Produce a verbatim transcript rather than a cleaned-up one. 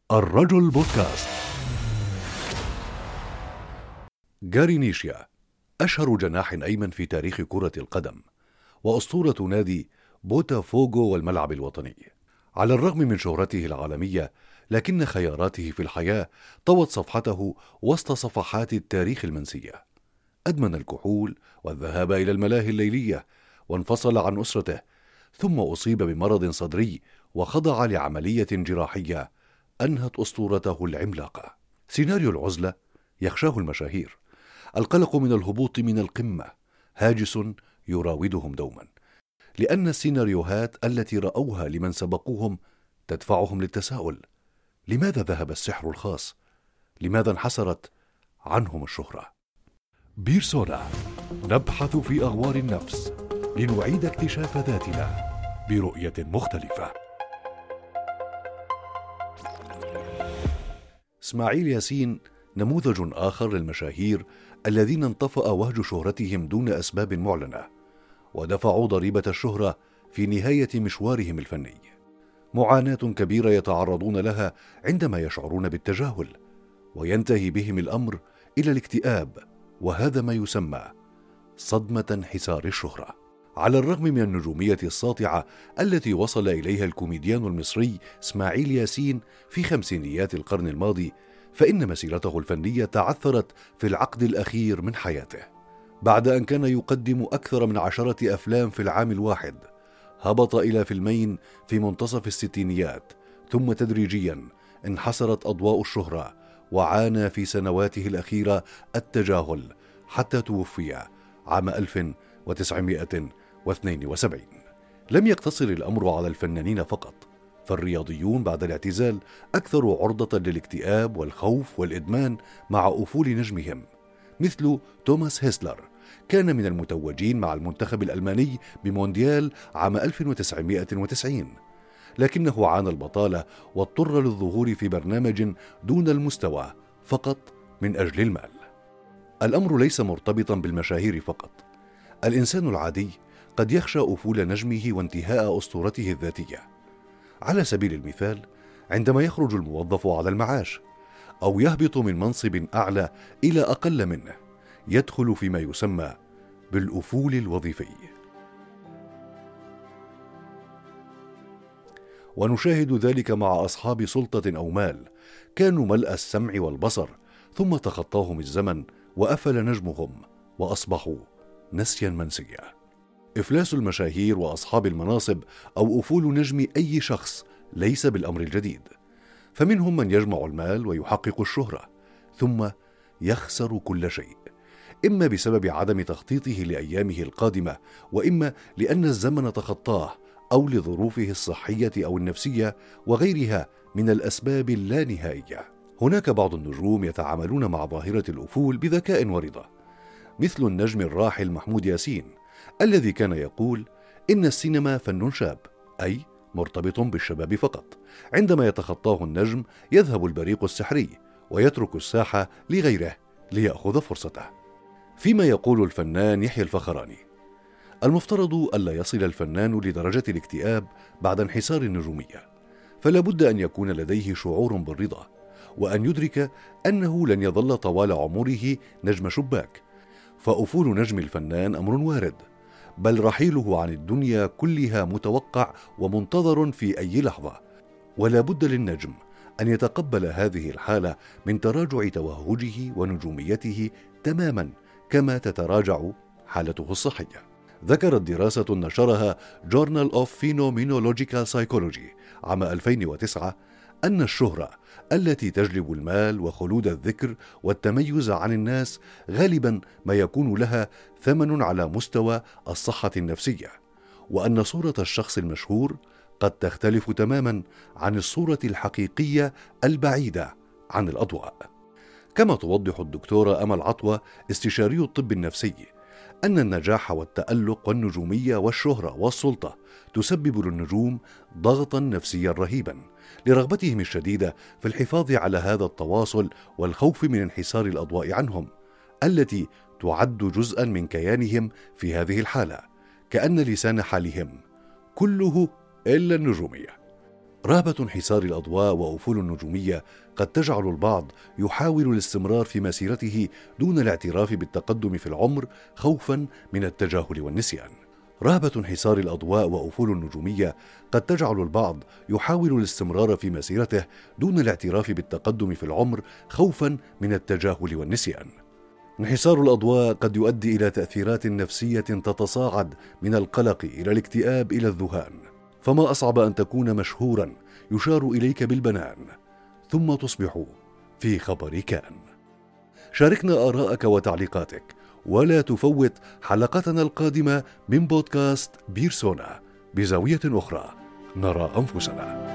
الرجل بودكاست. جاري نيشيا أشهر جناح أيمن في تاريخ كرة القدم، وأسطورة نادي بوتافوغو والملعب الوطني. على الرغم من شهرته العالمية، لكن خياراته في الحياة طوت صفحته وسط صفحات التاريخ المنسية. أدمن الكحول والذهاب إلى الملاهي الليلية، وانفصل عن أسرته، ثم أصيب بمرض صدري وخضع لعملية جراحية أنهت أسطورته العملاقة. سيناريو العزلة يخشاه المشاهير، القلق من الهبوط من القمة هاجس يراودهم دوما، لأن السيناريوهات التي رأوها لمن سبقوهم تدفعهم للتساؤل: لماذا ذهب السحر الخاص؟ لماذا انحسرت عنهم الشهرة؟ بيرسونا، نبحث في أغوار النفس لنعيد اكتشاف ذاتنا برؤية مختلفة. إسماعيل ياسين نموذج آخر للمشاهير الذين انطفأ وهج شهرتهم دون أسباب معلنة، ودفعوا ضريبة الشهرة في نهاية مشوارهم الفني. معاناة كبيرة يتعرضون لها عندما يشعرون بالتجاهل، وينتهي بهم الأمر إلى الاكتئاب، وهذا ما يسمى صدمة انحسار الشهرة. على الرغم من النجومية الساطعة التي وصل إليها الكوميديان المصري إسماعيل ياسين في خمسينيات القرن الماضي، فإن مسيرته الفنية تعثرت في العقد الأخير من حياته. بعد أن كان يقدم أكثر من عشرة أفلام في العام الواحد، هبط إلى فيلمين في منتصف الستينيات، ثم تدريجيا انحسرت أضواء الشهرة، وعانى في سنواته الأخيرة التجاهل حتى توفي عام ألف وتسعمائة واثنين وسبعين. لم يقتصر الأمر على الفنانين فقط، فالرياضيون بعد الاعتزال أكثر عرضة للاكتئاب والخوف والإدمان مع أفول نجمهم، مثل توماس هيسلر، كان من المتوجين مع المنتخب الألماني بمونديال عام ألف وتسعمائة وتسعين، لكنه عانى البطالة واضطر للظهور في برنامج دون المستوى فقط من أجل المال. الأمر ليس مرتبطا بالمشاهير فقط، الإنسان العادي قد يخشى أفول نجمه وانتهاء أسطورته الذاتية. على سبيل المثال، عندما يخرج الموظف على المعاش أو يهبط من منصب أعلى إلى أقل منه، يدخل فيما يسمى بالأفول الوظيفي. ونشاهد ذلك مع أصحاب سلطة أو مال كانوا ملء السمع والبصر، ثم تخطاهم الزمن وأفل نجمهم وأصبحوا نسيا منسيا. إفلاس المشاهير وأصحاب المناصب أو أفول نجم أي شخص ليس بالأمر الجديد، فمنهم من يجمع المال ويحقق الشهرة ثم يخسر كل شيء، إما بسبب عدم تخطيطه لأيامه القادمة، وإما لأن الزمن تخطاه، أو لظروفه الصحية أو النفسية وغيرها من الأسباب اللانهائية. هناك بعض النجوم يتعاملون مع ظاهرة الأفول بذكاء ورضا، مثل النجم الراحل محمود ياسين الذي كان يقول إن السينما فن شاب، أي مرتبط بالشباب فقط. عندما يتخطاه النجم يذهب البريق السحري ويترك الساحة لغيره ليأخذ فرصته. فيما يقول الفنان يحيى الفخراني: المفترض ألا يصل الفنان لدرجة الاكتئاب بعد انحسار النجومية، فلا بد أن يكون لديه شعور بالرضا، وأن يدرك أنه لن يظل طوال عمره نجم شباك، فأفول نجم الفنان أمر وارد، بل رحيله عن الدنيا كلها متوقع ومنتظر في أي لحظة. ولا بد للنجم أن يتقبل هذه الحالة من تراجع توهجه ونجوميته تماما كما تتراجع حالته الصحية. ذكرت دراسة نشرها Journal of Phenomenological Psychology عام ألفين وتسعة أن الشهرة التي تجلب المال وخلود الذكر والتميز عن الناس غالبا ما يكون لها ثمن على مستوى الصحة النفسية، وأن صورة الشخص المشهور قد تختلف تماما عن الصورة الحقيقية البعيدة عن الأضواء. كما توضح الدكتورة أمل عطوة استشاري الطب النفسي أن النجاح والتألق والنجومية والشهرة والسلطة تسبب للنجوم ضغطا نفسيا رهيبا، لرغبتهم الشديدة في الحفاظ على هذا التواصل والخوف من انحسار الأضواء عنهم، التي تعد جزءا من كيانهم في هذه الحالة، كأن لسان حالهم كله إلا النجومية. رهبة انحسار الأضواء وأفول النجومية قد تجعل البعض يحاول الاستمرار في مسيرته دون الاعتراف بالتقدم في العمر خوفا من التجاهل والنسيان. رهبة انحسار الأضواء وأفول النجومية قد تجعل البعض يحاول الاستمرار في مسيرته دون الاعتراف بالتقدم في العمر خوفا من التجاهل والنسيان. انحسار الأضواء قد يؤدي إلى تأثيرات نفسية تتصاعد من القلق إلى الاكتئاب إلى الذهان، فما أصعب أن تكون مشهورا يشار إليك بالبنان ثم تصبح في خبر كان. شاركنا آراءك وتعليقاتك، ولا تفوت حلقتنا القادمة من بودكاست بيرسونا، بزاوية أخرى نرى أنفسنا.